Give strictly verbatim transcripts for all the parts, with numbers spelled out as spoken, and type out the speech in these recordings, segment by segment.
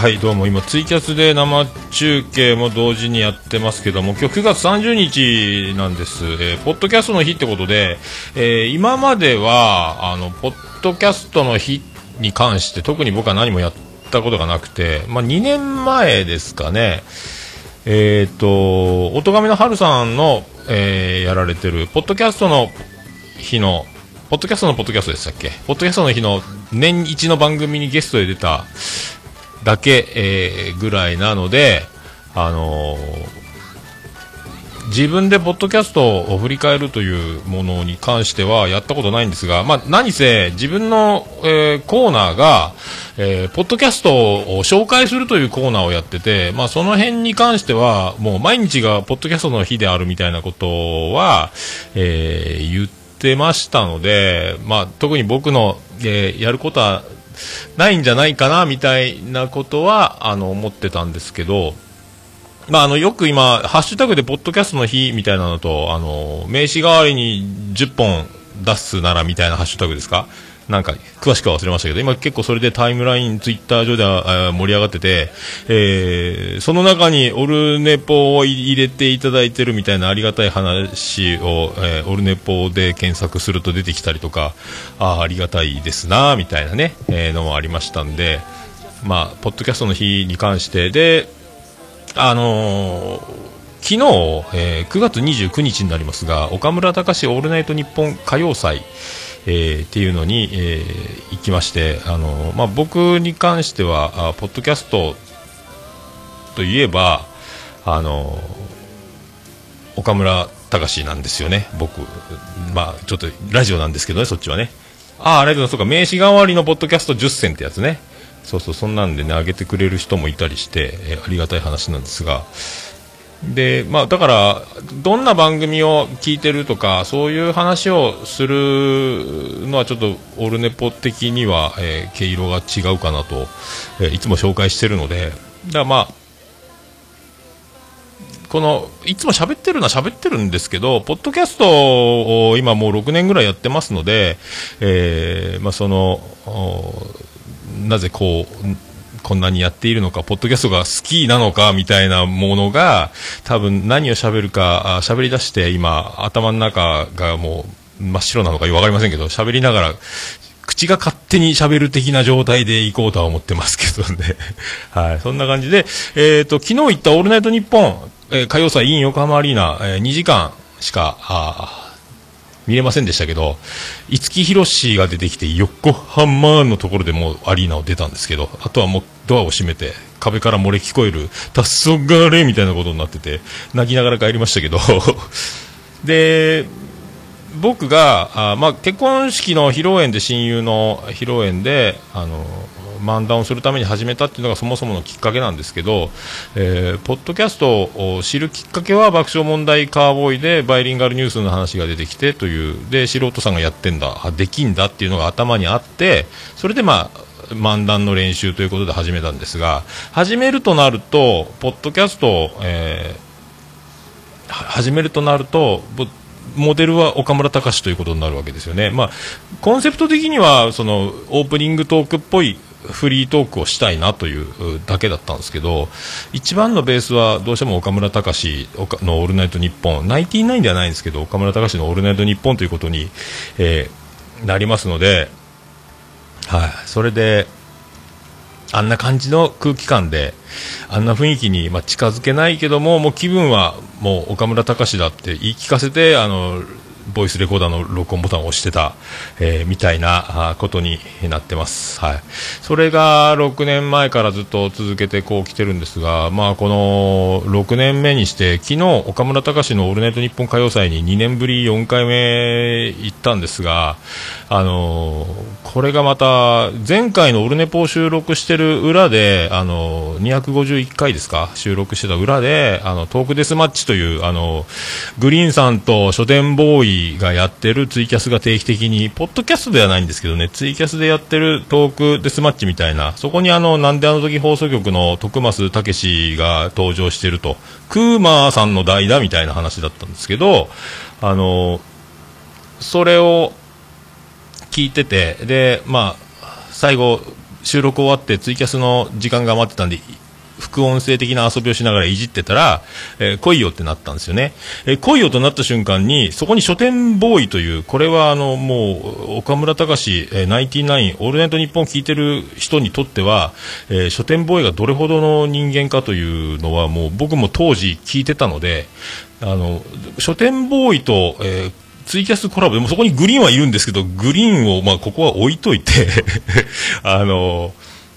はい、どうも。今ツイキャスで生中継も同時にやってますけども、今日くがつさんじゅうにちなんです。えー、ポッドキャストの日ってことで、えー、今まではあのポッドキャストの日に関して特に僕は何もやったことがなくて、まあ、にねんまえですかね。えーとおとがめの春さんの、えー、やられてるポッドキャストの日のポッドキャストのポッドキャストでしたっけ、ポッドキャストの日の年一の番組にゲストで出ただけ、えー、ぐらいなので、あのー、自分でポッドキャストを振り返るというものに関してはやったことないんですが、まあ、何せ自分の、えー、コーナーが、えー、ポッドキャストを紹介するというコーナーをやってて、まあ、その辺に関してはもう毎日がポッドキャストの日であるみたいなことは、えー、言って出ましたので、まあ、特に僕の、えー、やることはないんじゃないかなみたいなことはあの思ってたんですけど、まあ、あのよく今ハッシュタグでポッドキャストの日みたいなのと、あの名刺代わりにじゅっぽん出すならみたいなハッシュタグですか、なんか詳しくは忘れましたけど、今結構それでタイムラインツイッター上では盛り上がってて、えー、その中にオルネポを入れていただいてるみたいなありがたい話を、えー、オルネポで検索すると出てきたりとか、あ, ありがたいですなみたいなね、えー、のもありましたんで、まあポッドキャストの日に関してで、あのー、昨日、えー、くがつにじゅうくにちになりますが、岡村隆史オールナイトニッポン歌謡祭えー、っていうのに、えー、行きまして、あのまあ、僕に関してはあポッドキャストといえばあの岡村隆史なんですよね。僕、まあ、ちょっとラジオなんですけどね、そっちはね。ああ、あれだ、そうか、名刺代わりのポッドキャストじゅっせんってやつね。そうそう、そんなんでね、上げてくれる人もいたりして、えー、ありがたい話なんですが、でまあ、だからどんな番組を聞いてるとかそういう話をするのはちょっとオルネポ的には、えー、毛色が違うかなと、えー、いつも紹介してるので、だからまあこのいつも喋ってるのは喋ってるんですけど、ポッドキャストを今もうろくねんぐらいやってますので、えーまあ、そのなぜこうこんなにやっているのか、ポッドキャストが好きなのかみたいなものが多分何を喋るか喋り出して今頭の中がもう真っ白なのか分かりませんけど、喋りながら口が勝手に喋る的な状態でいこうとは思ってますけどねはい、そんな感じで、えーと、昨日行ったオールナイトニッポン、えー、歌謡祭 in 横浜アリーナ、えー、にじかんしかあ見れませんでしたけど、五木ひろしが出てきて横浜のところでもうアリーナを出たんですけど、あとはもうドアを閉めて壁から漏れ聞こえる黄昏みたいなことになってて泣きながら帰りましたけどで僕があ、まあ、結婚式の披露宴で親友の披露宴であの漫談をするために始めたっていうのがそもそものきっかけなんですけど、えー、ポッドキャストを知るきっかけは爆笑問題カーボーイでバイリンガルニュースの話が出てきてというで、素人さんがやってんだ、あできんだっていうのが頭にあって、それでまあ漫談の練習ということで始めたんですが、始めるとなるとポッドキャストを、えー、始めるとなるとモデルは岡村隆史ということになるわけですよね。まあ、コンセプト的にはそのオープニングトークっぽいフリートークをしたいなというだけだったんですけど、一番のベースはどうしても岡村隆史のオールナイトニッポンナインティナインではないんですけど岡村隆史のオールナイトニッポンということに、えー、なりますので、はい、それであんな感じの空気感であんな雰囲気に、まあ、近づけないけども、もう気分はもう岡村隆史だって言い聞かせてあのボイスレコーダーの録音ボタンを押してた、えー、みたいなことになってます、はい、それがろくねんまえからずっと続けてこう来てるんですが、まあ、このろくねんめにして昨日岡村隆史のオールナイトニッポン歌謡祭ににねんぶりよんかいめ行ったんですが、あのー、これがまた前回のオルネポを収録してる裏で、あのー、にひゃくごじゅういっかいですか収録してた裏であのトークデスマッチという、あのー、グリーンさんと書店ボーイがやってるツイキャスが定期的にポッドキャストではないんですけどね、ツイキャスでやってるトークデスマッチみたいな、そこにあのなんであの時放送局の徳増武史が登場してると、クーマーさんの代打みたいな話だったんですけど、あのそれを聞いてて、でまあ最後収録終わってツイキャスの時間が余ってたんで副音声的な遊びをしながらいじってたら、えー、来いよってなったんですよね、えー、来いよとなった瞬間にそこに書店ボーイという、これはあのもう岡村隆史、えー、ナインティナインオールナイトニッポン聞いてる人にとっては、えー、書店ボーイがどれほどの人間かというのはもう僕も当時聞いてたので、あの書店ボーイと、えーツイキャスコラボでもそこにグリーンはいるんですけど、グリーンをまあここは置いといてあの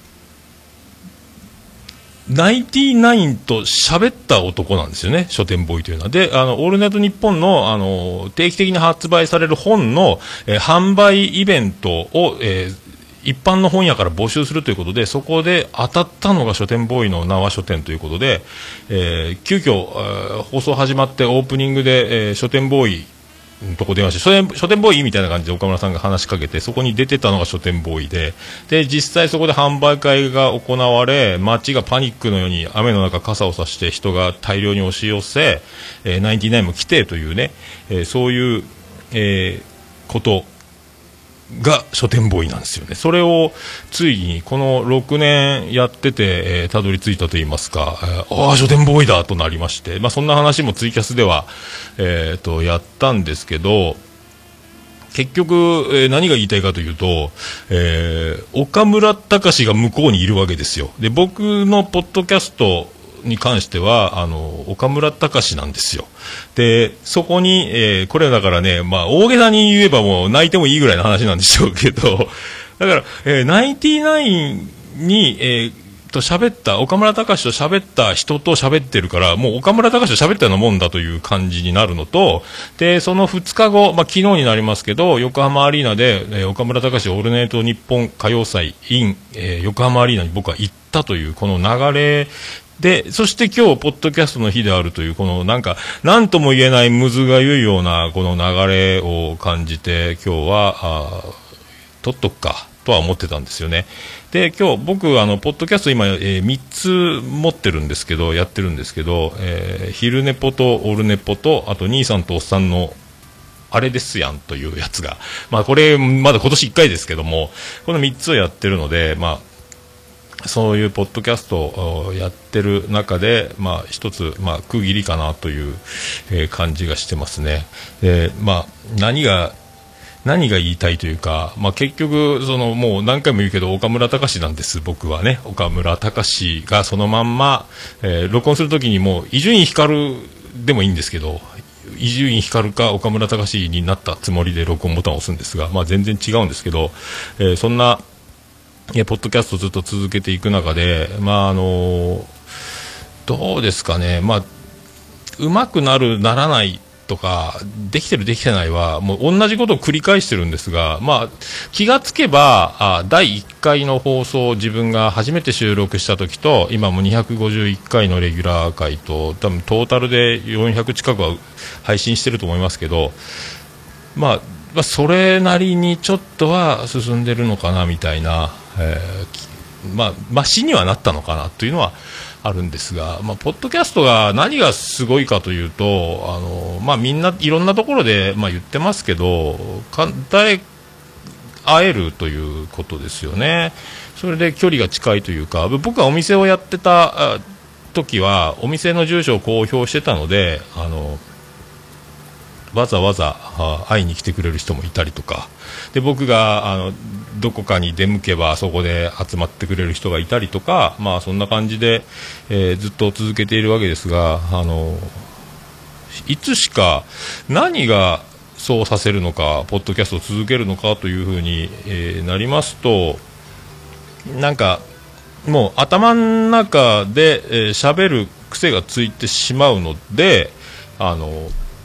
ナインティナインと喋った男なんですよね、書店ボーイというのは。で、あのオールナイトニッポンのあの定期的に発売される本の、えー、販売イベントを、えー一般の本屋から募集するということで、そこで当たったのが書店ボーイの縄書店ということで、えー、急遽、えー、放送始まってオープニングで、えー、書店ボーイのとこ電話して書店、書店ボーイみたいな感じで岡村さんが話しかけて、そこに出てたのが書店ボーイで、で実際そこで販売会が行われ、街がパニックのように雨の中傘を差して人が大量に押し寄せ、えー、ナインティナインも来てというね、えー、そういう、えー、ことが書店ボーイなんですよね。それをついにこのろくねんやってて、えー、たどり着いたといいますか、えー、ああ書店ボーイだとなりまして、まあ、そんな話もツイキャスでは、えー、とやったんですけど、結局、えー、何が言いたいかというと、えー、岡村隆史が向こうにいるわけですよ。で僕のポッドキャストに関してはあの岡村隆史なんですよ。でそこに、えー、これはだからね、まあ、大げさに言えばもう泣いてもいいぐらいの話なんでしょうけどだから、えー、ナインティナインに、えー、と喋った岡村隆史と喋った人と喋ってるから、もう岡村隆史と喋ったようなもんだという感じになるのと、でそのふつかご、まあ、昨日になりますけど横浜アリーナで、えー、岡村隆史オールナイトニッポン歌謡祭 in、えー、横浜アリーナに僕は行ったというこの流れで、そして今日ポッドキャストの日であるというこのなんか何とも言えないむずがゆいようなこの流れを感じて、今日はあ撮っとくかとは思ってたんですよね。で今日僕あのポッドキャスト今、えー、みっつ持ってるんですけどやってるんですけど、えー、昼ネポとオルネポとあと兄さんとおっさんのあれですやんというやつが、まあこれまだ今年いっかいですけども、このみっつをやってるので、まあそういうポッドキャストをやってる中で、まあ、一つ、まあ、区切りかなという、えー、感じがしてますね。で、まあ、何が何が言いたいというか、まあ、結局そのもう何回も言うけど岡村隆史なんです。僕はね岡村隆史がそのまんま、えー、録音するときにもう伊集院光でもいいんですけど、伊集院光か岡村隆史になったつもりで録音ボタンを押すんですが、まあ、全然違うんですけど、えー、そんないやポッドキャストをずっと続けていく中で、まああのどうですかね、まあ、上手くなるならないとかできてるできてないはもう同じことを繰り返してるんですが、まあ、気がつけばあだいいっかいの放送を自分が初めて収録した時と今もにひゃくごじゅういっかいのレギュラー回と多分トータルでよんひゃく近くは配信してると思いますけど、まあまあ、それなりにちょっとは進んでるのかなみたいな、えー、まあマシにはなったのかなというのはあるんですが、まあ、ポッドキャストが何がすごいかというと、あの、まあ、みんないろんなところで、まあ、言ってますけど簡単に会えるということですよね。それで距離が近いというか、僕はお店をやってた時はお店の住所を公表してたので、あのわざわざ会いに来てくれる人もいたりとかで、僕があのどこかに出向けばそこで集まってくれる人がいたりとか、まあ、そんな感じで、えー、ずっと続けているわけですが、あのいつしか何がそうさせるのかポッドキャストを続けるのかというふうに、えー、なりますと、なんかもう頭の中で喋、えー、る癖がついてしまうので、あの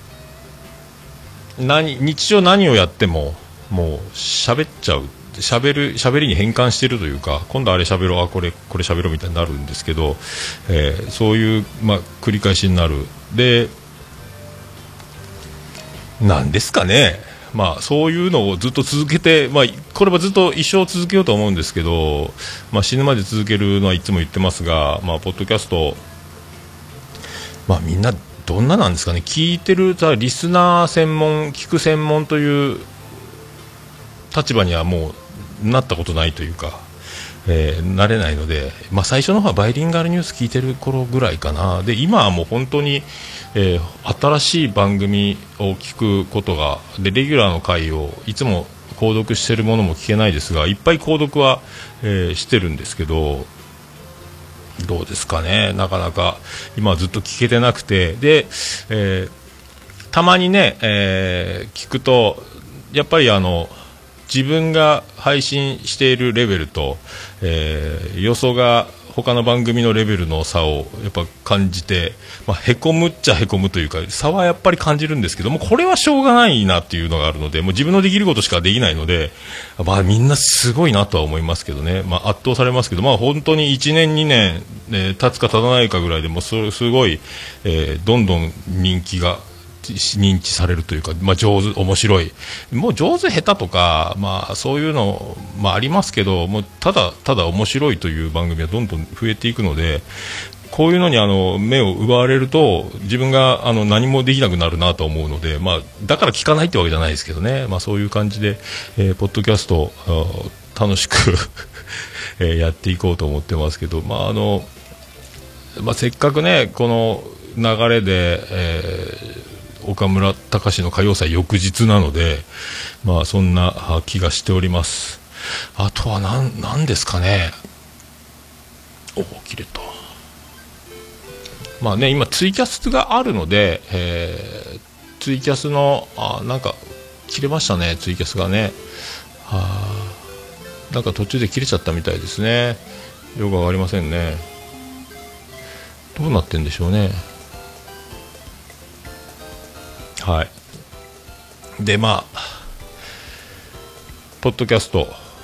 何日常何をやってももう喋っちゃう、喋る喋りに変換しているというか、今度あれ喋ろう、あこれこれ喋ろうみたいになるんですけど、えー、そういう、まあ、繰り返しになる。でなんですかね、まあ、そういうのをずっと続けて、まあ、これはずっと一生続けようと思うんですけど、まあ、死ぬまで続けるのはいつも言ってますが、まあ、ポッドキャスト、まあ、みんなどんななんですかね、聞いてるリスナー専門、聞く専門という立場にはもうなったことないというか、 えー、慣れないので、まあ、最初の方はバイリンガルニュース聞いてる頃ぐらいかな。で今はもう本当に、えー、新しい番組を聞くことがでレギュラーの回をいつも購読しているものも聞けないですが、いっぱい購読は、えー、してるんですけど、どうですかね、なかなか今はずっと聞けてなくて、で、えー、たまにね、えー、聞くとやっぱりあの自分が配信しているレベルと、えー、予想が他の番組のレベルの差をやっぱ感じて、まあ、へこむっちゃへこむというか、差はやっぱり感じるんですけども、これはしょうがないなっていうのがあるので、もう自分のできることしかできないので、まあ、みんなすごいなとは思いますけどね、まあ、圧倒されますけど、まあ、本当にいちねんにねん、えー、経つか経たないかぐらいでもうすごい、えー、どんどん人気が認知されるというか、まあ、上手、面白い、もう上手下手とか、まあ、そういうの、まあ、ありますけど、もうただただ面白いという番組はどんどん増えていくので、こういうのにあの目を奪われると自分があの何もできなくなるなと思うので、まあ、だから聞かないってわけじゃないですけどね、まあ、そういう感じで、えー、ポッドキャスト楽しくえー、やっていこうと思ってますけど、まああのまあ、せっかくねこの流れで、えー岡村隆史の歌謡祭翌日なので、まあ、そんな気がしております。あとは何、何ですかね、お切れた、まあね、今ツイキャスがあるので、えー、ツイキャスのあなんか切れましたね、ツイキャスがね、はなんか途中で切れちゃったみたいですね。よくわかりませんね、どうなってんでしょうね。はい、でまあポッドキャスト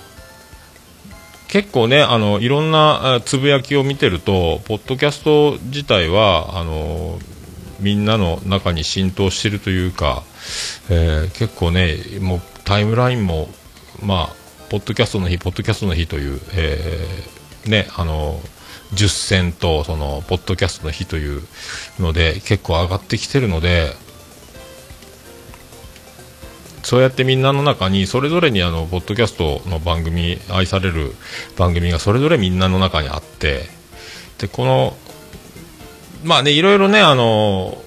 結構ねあのいろんなつぶやきを見てると、ポッドキャスト自体はあのみんなの中に浸透しているというか、えー、結構ねもうタイムラインもまあポッドキャストの日ポッドキャストの日という、えー、ねあのじゅっ選とそのポッドキャストの日というので結構上がってきてるので、そうやってみんなの中にそれぞれにあのポッドキャストの番組、愛される番組がそれぞれみんなの中にあって、でこのまあねいろいろねあの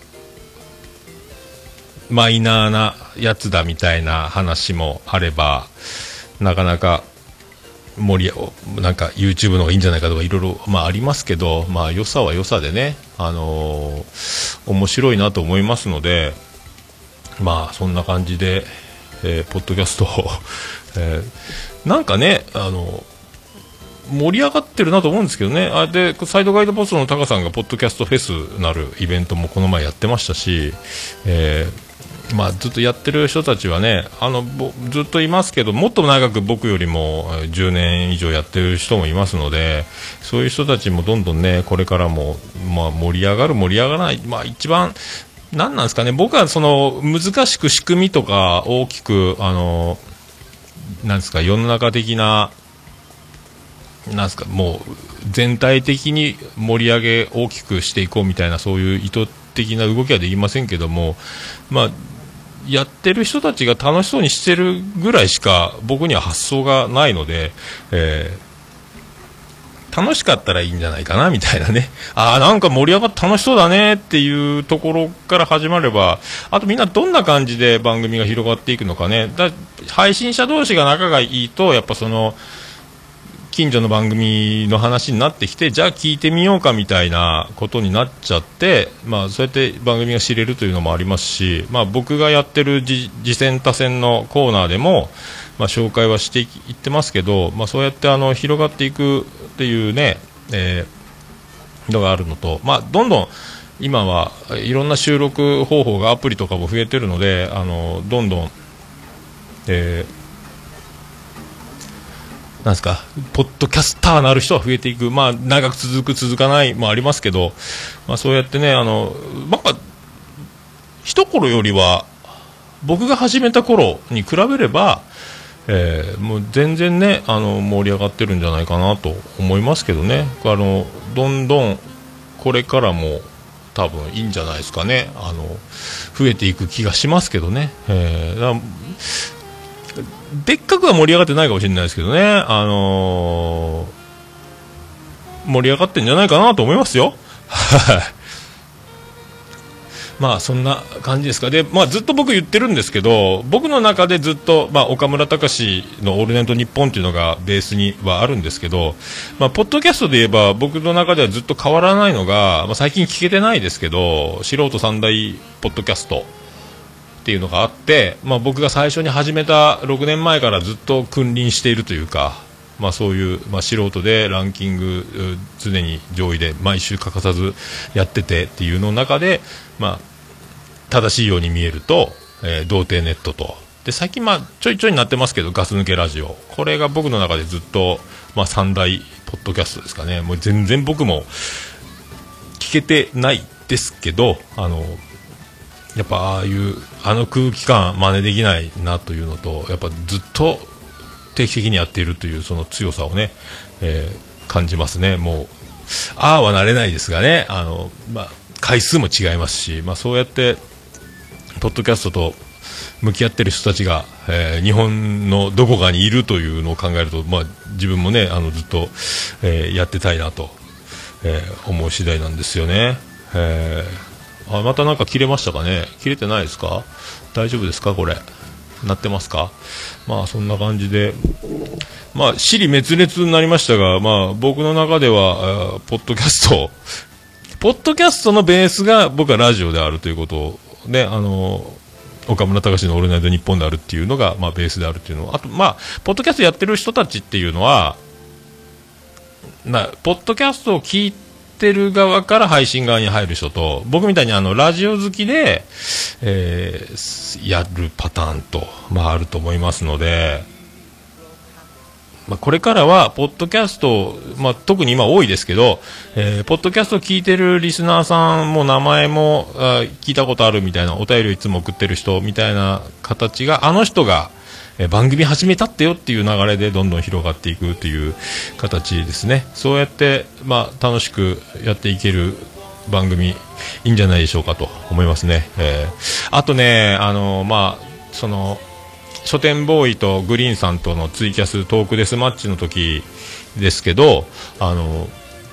マイナーなやつだみたいな話もあれば、なかなか盛りなんか YouTube の方がいいんじゃないかとかいろいろまあありますけど、まあ良さは良さでね、あのー、面白いなと思いますので、まあそんな感じで、えー、ポッドキャストを、えー、なんかねあの盛り上がってるなと思うんですけどね。あでサイドガイドポストのタカさんがポッドキャストフェスなるイベントもこの前やってましたし、えーまあ、ずっとやってる人たちはねあのずっといますけど、もっと長く僕よりもじゅうねん以上やってる人もいますので、そういう人たちもどんどんねこれからも、まあ、盛り上がる盛り上がらない、まあ、一番何なんですかね、僕はその難しく仕組みとか大きくあのなんですか世の中的ななんですかもう全体的に盛り上げ大きくしていこうみたいなそういう意図的な動きはできませんけども、まあやってる人たちが楽しそうにしてるぐらいしか僕には発想がないので、えー、楽しかったらいいんじゃないかなみたいなね、あーなんか盛り上がって楽しそうだねっていうところから始まれば、あとみんなどんな感じで番組が広がっていくのかね。だ配信者同士が仲がいいとやっぱその近所の番組の話になってきて、じゃあ聞いてみようかみたいなことになっちゃって、まあ、そうやって番組が知れるというのもありますし、まあ、僕がやってる次戦他戦のコーナーでも、まあ、紹介はしていってますけど、まあ、そうやってあの広がっていくっていうね、えー、のがあるのと、まあ、どんどん今はいろんな収録方法がアプリとかも増えてるので、あのどんどん、えーなんですかポッドキャスターなる人は増えていく、まあ、長く続く続かないもありますけど、まあ、そうやってねあのなんか一頃よりは僕が始めた頃に比べれば、えー、もう全然ねあの盛り上がってるんじゃないかなと思いますけどね。あのどんどんこれからも多分いいんじゃないですかね。あの増えていく気がしますけどね、えー、だでっかくは盛り上がってないかもしれないですけどね、あのー、盛り上がってんじゃないかなと思いますよ。はい。まあそんな感じですか。で、まあ、ずっと僕言ってるんですけど、僕の中でずっと、まあ、岡村隆史のオールナイトニッポンっていうのがベースにはあるんですけど、まあ、ポッドキャストで言えば僕の中ではずっと変わらないのが、まあ、最近聞けてないですけど、素人三大ポッドキャストっていうのがあって、まあ、僕が最初に始めたろくねんまえからずっと君臨しているというか、まあ、そういう、まあ、素人でランキング常に上位で毎週欠かさずやっててっていうの中で、まあ正しいように見えると、えー、童貞ネットとで最近、まあ、ちょいちょいになってますけどガス抜けラジオ、これが僕の中でずっと、まあ、三大ポッドキャストですかね。もう全然僕も聞けてないですけど、あのやっぱああいうあの空気感真似できないなというのと、やっぱずっと定期的にやっているというその強さをね、えー、感じますね。もうああはなれないですがね、あの、まあ、回数も違いますし、まあ、そうやってポッドキャストと向き合っている人たちが、えー、日本のどこかにいるというのを考えると、まあ、自分もねあのずっと、えー、やってたいなと、えー、思う次第なんですよね。えー、あまたなんか切れましたかね。切れてないですか。大丈夫ですか。これ鳴ってますか。まあそんな感じで、まあ支離滅裂になりましたが、まあ僕の中ではポッドキャストポッドキャストのベースが僕はラジオであるということをね、あの岡村隆史のオールナイトニッポンであるっていうのが、まあ、ベースであるっていうのを、あと、まあ、ポッドキャストやってる人たちっていうのはなポッドキャストを聞いてる側から配信側に入る人と、僕みたいにあのラジオ好きで、えー、やるパターンと、まあ、あると思いますので、まあ、これからはポッドキャスト、まあ、特に今多いですけど、えー、ポッドキャストを聞いてるリスナーさんも名前もあ聞いたことあるみたいな、お便りをいつも送ってる人みたいな形が、あの人が、えー、番組始めたってよっていう流れでどんどん広がっていくという形ですね。そうやって、まあ、楽しくやっていける番組いいんじゃないでしょうかと思いますね。えー、あとね、あのまあその書店ボーイとグリーンさんとのツイキャストークデスマッチの時ですけど、あの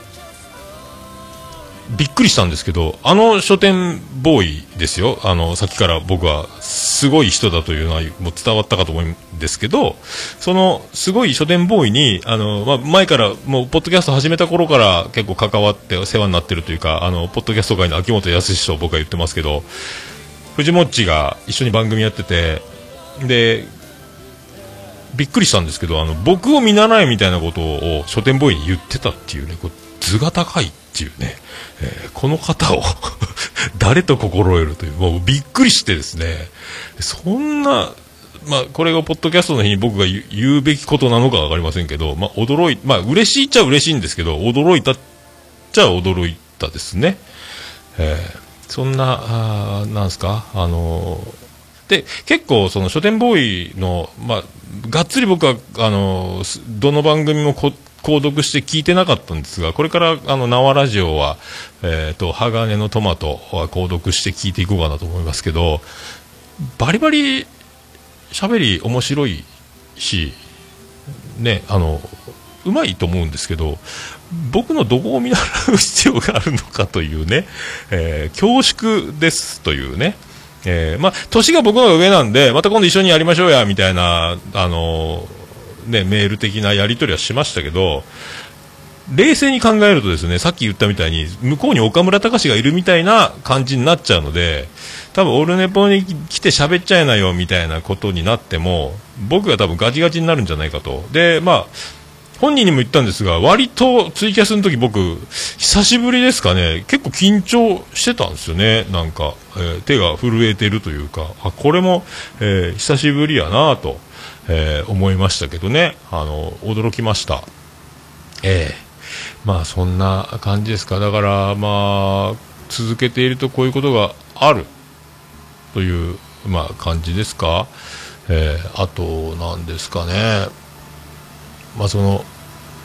びっくりしたんですけど、あの書店ボーイですよ、あのさっきから僕はすごい人だというのはもう伝わったかと思うんですけど、そのすごい書店ボーイにあの、まあ、前からもうポッドキャスト始めた頃から結構関わって世話になってるというか、あのポッドキャスト界の秋元康と僕は言ってますけど、藤もっちが一緒に番組やってて、でびっくりしたんですけど、あの僕を見習えみたいなことを書店ボーイに言ってたっていうね、こう図が高いっていうね、えー、この方を誰と心得るという、もうびっくりしてですね、そんな、まあ、これがポッドキャストの日に僕が言うべきことなのか分かりませんけど、まあ、驚い、まあ、嬉しいっちゃ嬉しいんですけど、驚いたっちゃ驚いたですね。えー、そんな、あなんすか、あのーで結構その書店ボーイの、まあ、がっつり僕はあのどの番組もこ購読して聞いてなかったんですが、これからあの縄ラジオは、えー、と鋼のトマトは購読して聞いていこうかなと思いますけど、バリバリ喋り面白いしね、あのうまいと思うんですけど、僕のどこを見習う必要があるのかというね、えー、恐縮ですというね。えーまあ、年が僕の方が上なんで、また今度一緒にやりましょうやみたいな、あのーね、メール的なやり取りはしましたけど、冷静に考えるとですね、さっき言ったみたいに向こうに岡村隆史がいるみたいな感じになっちゃうので、多分オールネポに来て喋っちゃいなよみたいなことになっても僕が多分ガチガチになるんじゃないかと。で、まあ本人にも言ったんですが、割とツイキャスの時僕久しぶりですかね、結構緊張してたんですよね。なんか、えー、手が震えてるというか、あこれも、えー、久しぶりやなと、えー、思いましたけどね、あの驚きました。えー、まあそんな感じですか。だからまあ続けているとこういうことがあるという、まあ、感じですか。えー、あとなんですかね、まあその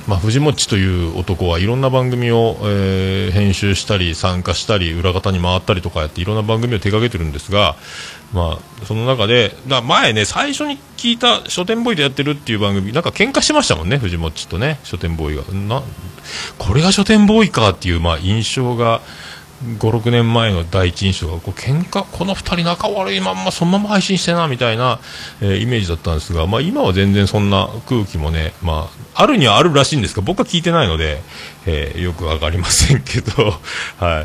まあ、藤もっちという男はいろんな番組を、えー、編集したり参加したり裏方に回ったりとかやっていろんな番組を手掛けてるんですが、まあ、その中でだ前ね最初に聞いた書店ボーイでやってるっていう番組なんか喧嘩してましたもんね、藤もっちとね書店ボーイがなこれが書店ボーイかっていう、まあ、印象がごろくねんまえの第一印象がこう喧嘩このふたり仲悪いまんまそのまま配信してなみたいな、えー、イメージだったんですが、まあ、今は全然そんな空気もね、まあ、あるにはあるらしいんですが僕は聞いてないので、えー、よくわかりませんけどはい、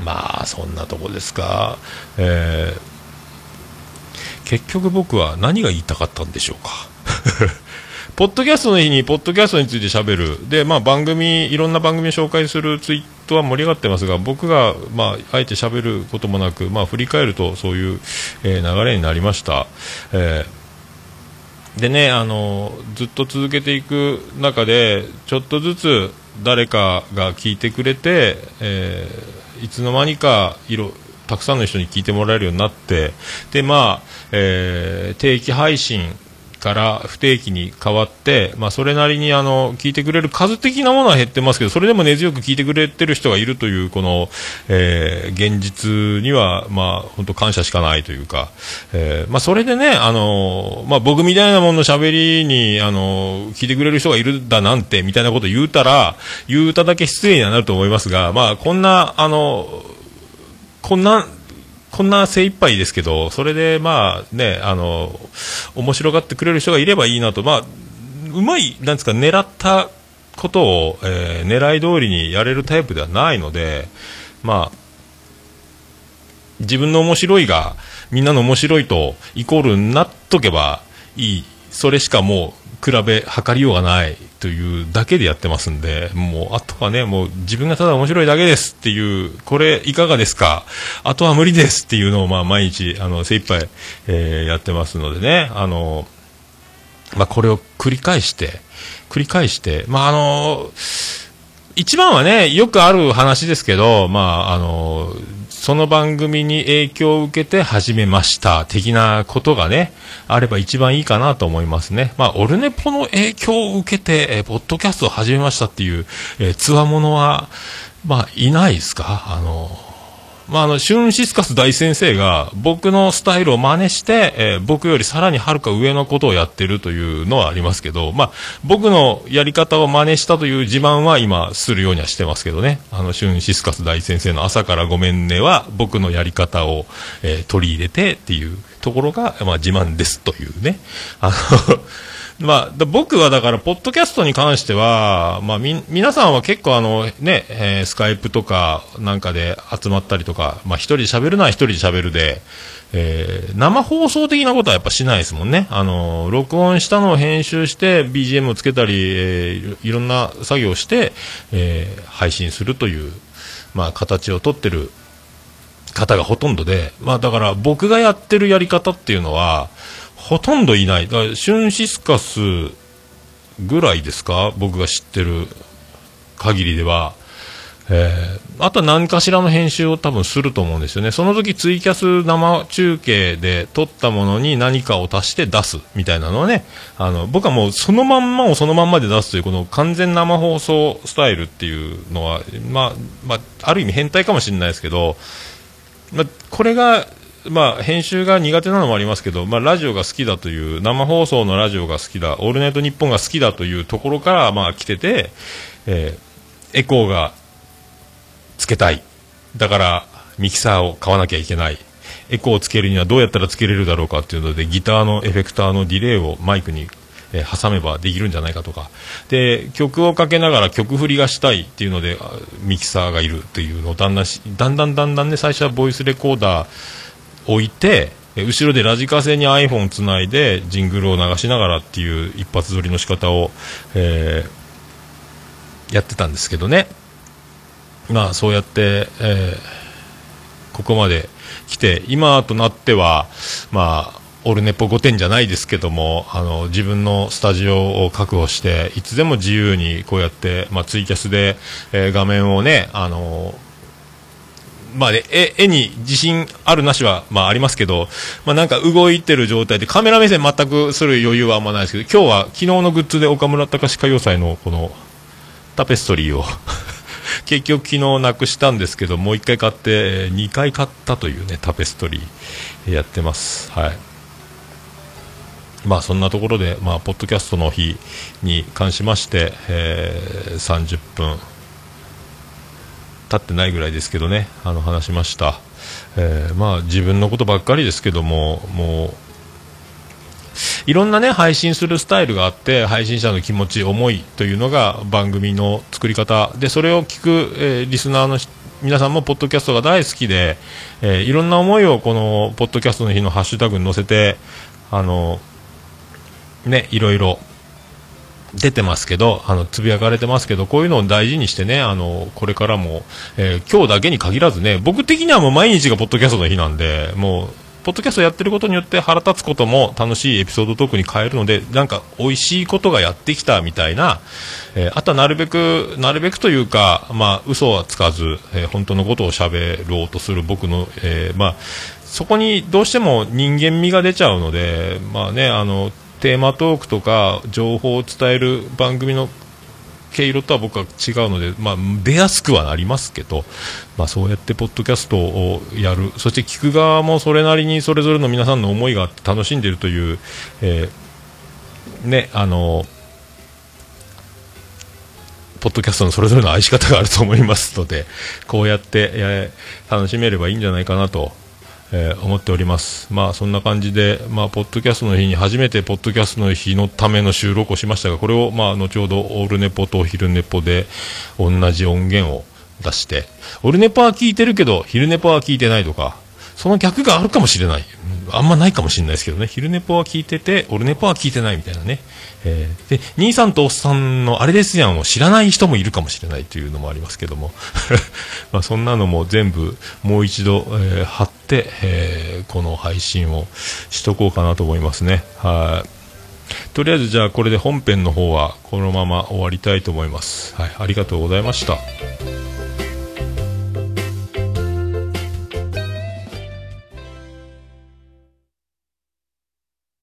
まあそんなとこですか、えー、結局僕は何が言いたかったんでしょうかポッドキャストの日にポッドキャストについて喋るで、まあ、番組いろんな番組を紹介するツイートは盛り上がってますが僕が、まあ、あえて喋ることもなく、まあ、振り返るとそういう、えー、流れになりました、えー、でねあのずっと続けていく中でちょっとずつ誰かが聞いてくれて、えー、いつの間にか色たくさんの人に聞いてもらえるようになってで、まあえー、定期配信から不定期に変わって、まあ、それなりにあの聞いてくれる数的なものは減ってますけどそれでも根強く聞いてくれてる人がいるというこの、えー、現実には、まあ、本当感謝しかないというか、えーまあ、それでねあの、まあ、僕みたいなものの喋りにあの聞いてくれる人がいるだなんてみたいなことを言うたら言うただけ失礼にはなると思いますが、まあ、こんなあのこんなこんな精一杯ですけどそれでまあねあの面白がってくれる人がいればいいなと、まあ、うまいなんですか狙ったことを、えー、狙い通りにやれるタイプではないので、まあ、自分の面白いがみんなの面白いとイコールになっとけばいいそれしかもう比べ測りようがないというだけでやってますんでもうあとはねもう自分がただ面白いだけですっていうこれいかがですかあとは無理ですっていうのをまあ毎日あの精一杯、えー、やってますのでねあの、まあ、これを繰り返して繰り返してまああの一番はねよくある話ですけどまああのその番組に影響を受けて始めました的なことがねあれば一番いいかなと思いますね。まあオルネポの影響を受けて、えー、ポッドキャストを始めましたっていう、えー、つわものはまあいないですか。あのまああのシュンシスカス大先生が僕のスタイルを真似して、えー、僕よりさらにはるか上のことをやってるというのはありますけど、まあ僕のやり方を真似したという自慢は今するようにはしてますけどね。あのシュンシスカス大先生の朝からごめんねは僕のやり方を、えー、取り入れてっていうところがまあ自慢ですというね。あのまあ、だ僕はだからポッドキャストに関しては、まあ、み皆さんは結構あの、ねえー、スカイプとかなんかで集まったりとか、まあ、一人で喋るのは一人で喋るで、えー、生放送的なことはやっぱしないですもんね。あの録音したのを編集して ビージーエム をつけたり、えー、いろんな作業をして、えー、配信するという、まあ、形をとってる方がほとんどで、まあ、だから僕がやってるやり方っていうのはほとんどいない。だからシュンシスカスぐらいですか僕が知ってる限りでは、えー、あとは何かしらの編集を多分すると思うんですよね。その時ツイキャス生中継で撮ったものに何かを足して出すみたいなのはねあの僕はもうそのまんまをそのまんまで出すというこの完全生放送スタイルっていうのは、まあまあ、ある意味変態かもしれないですけど、まあ、これがまあ、編集が苦手なのもありますけど、まあ、ラジオが好きだという生放送のラジオが好きだオールナイトニッポンが好きだというところからまあ来てて、えー、エコーがつけたいだからミキサーを買わなきゃいけないエコーをつけるにはどうやったらつけれるだろうかというのでギターのエフェクターのディレイをマイクに、えー、挟めばできるんじゃないかとかで曲をかけながら曲振りがしたいっていうのでミキサーがいるっていうのをだんだんだんだんだんだんね最初はボイスレコーダー置いて後ろでラジカセに iPhone つないでジングルを流しながらっていう一発撮りの仕方を、えー、やってたんですけどね。まあそうやって、えー、ここまで来て今となってはまあオルネポごてんじゃないですけどもあの自分のスタジオを確保していつでも自由にこうやって、まあ、ツイキャスで、えー、画面をねあのまあね、絵絵に自信あるなしは、まあ、ありますけど、まあ、なんか動いてる状態でカメラ目線全くする余裕はあんまないですけど、今日は昨日のグッズで岡村隆史歌謡祭のこのタペストリーを結局昨日なくしたんですけど、もういっかい買ってにかい買ったというねタペストリーやってます。はい。まあそんなところで、まあ、ポッドキャストの日に関しまして、えー、さんじゅっぷん経ってないぐらいですけどね、あの話しました。えー、まあ自分のことばっかりですけども、もういろんなね配信するスタイルがあって、配信者の気持ち思いというのが番組の作り方で、それを聞く、えー、リスナーの皆さんもポッドキャストが大好きで、えー、いろんな思いをこのポッドキャストの日のハッシュタグに載せて、あのね、いろいろ出てますけど、あのつぶやかれてますけど、こういうのを大事にしてね、あのこれからも、えー、今日だけに限らずね、僕的にはもう毎日がポッドキャストの日なんで、もうポッドキャストやってることによって腹立つことも楽しいエピソードトークに変えるので、なんか美味しいことがやってきたみたいな、えー、あとはなるべくなるべくというか、まあ嘘はつかず、えー、本当のことを喋ろうとする僕の、えー、まあそこにどうしても人間味が出ちゃうので、まあね、あのテーマトークとか情報を伝える番組の毛色とは僕は違うので、まあ、出やすくはなりますけど、まあ、そうやってポッドキャストをやる、そして聞く側もそれなりにそれぞれの皆さんの思いがあって楽しんでいるという、えー、ね、あのポッドキャストのそれぞれの愛し方があると思いますので、こうやって、えー、楽しめればいいんじゃないかなとえー、思っております。まあそんな感じで、まあポッドキャストの日に初めてポッドキャストの日のための収録をしましたが、これをまあ後ほどオールネポと昼ネポで同じ音源を出して、オルネポは聞いてるけど昼ネポは聞いてないとか、その逆があるかもしれない、あんまないかもしれないですけどね、昼ネポは聞いててオルネポは聞いてないみたいなね、えー、で兄さんとおっさんのあれですやんを知らない人もいるかもしれないというのもありますけどもまあそんなのも全部もう一度、えー、貼って、えー、この配信をしとこうかなと思いますね。はい。とりあえずじゃあこれで本編の方はこのまま終わりたいと思います。はい、ありがとうございました。